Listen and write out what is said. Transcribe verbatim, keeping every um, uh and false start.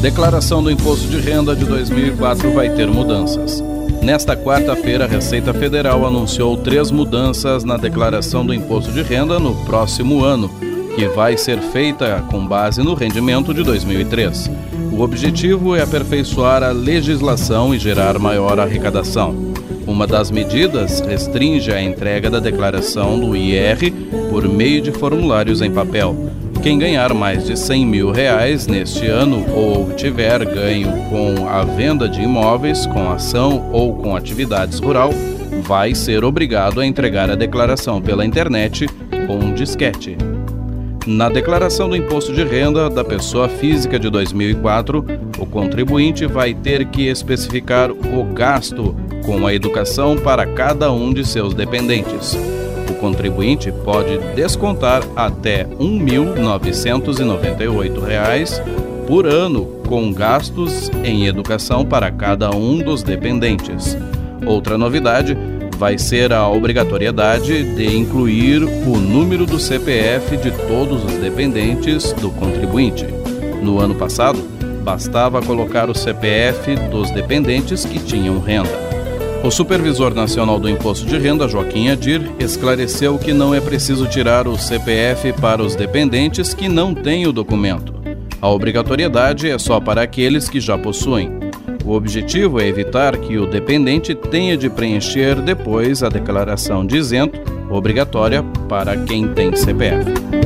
Declaração do Imposto de Renda de dois mil e quatro vai ter mudanças. Nesta quarta-feira, a Receita Federal anunciou três mudanças na declaração do Imposto de Renda no próximo ano, que vai ser feita com base no rendimento de dois mil e três. O objetivo é aperfeiçoar a legislação e gerar maior arrecadação. Uma das medidas restringe a entrega da declaração do I R por meio de formulários em papel. Quem ganhar mais de cem mil reais neste ano ou tiver ganho com a venda de imóveis, com ação ou com atividades rural, vai ser obrigado a entregar a declaração pela internet com um disquete. Na declaração do Imposto de Renda da Pessoa Física de dois mil e quatro, o contribuinte vai ter que especificar o gasto com a educação para cada um de seus dependentes. O contribuinte pode descontar até um mil novecentos e noventa e oito reais por ano com gastos em educação para cada um dos dependentes. Outra novidade vai ser a obrigatoriedade de incluir o número do C P F de todos os dependentes do contribuinte. No ano passado, bastava colocar o C P F dos dependentes que tinham renda. O Supervisor Nacional do Imposto de Renda, Joaquim Adir, esclareceu que não é preciso tirar o C P F para os dependentes que não têm o documento. A obrigatoriedade é só para aqueles que já possuem. O objetivo é evitar que o dependente tenha de preencher depois a declaração de isento, obrigatória para quem tem C P F.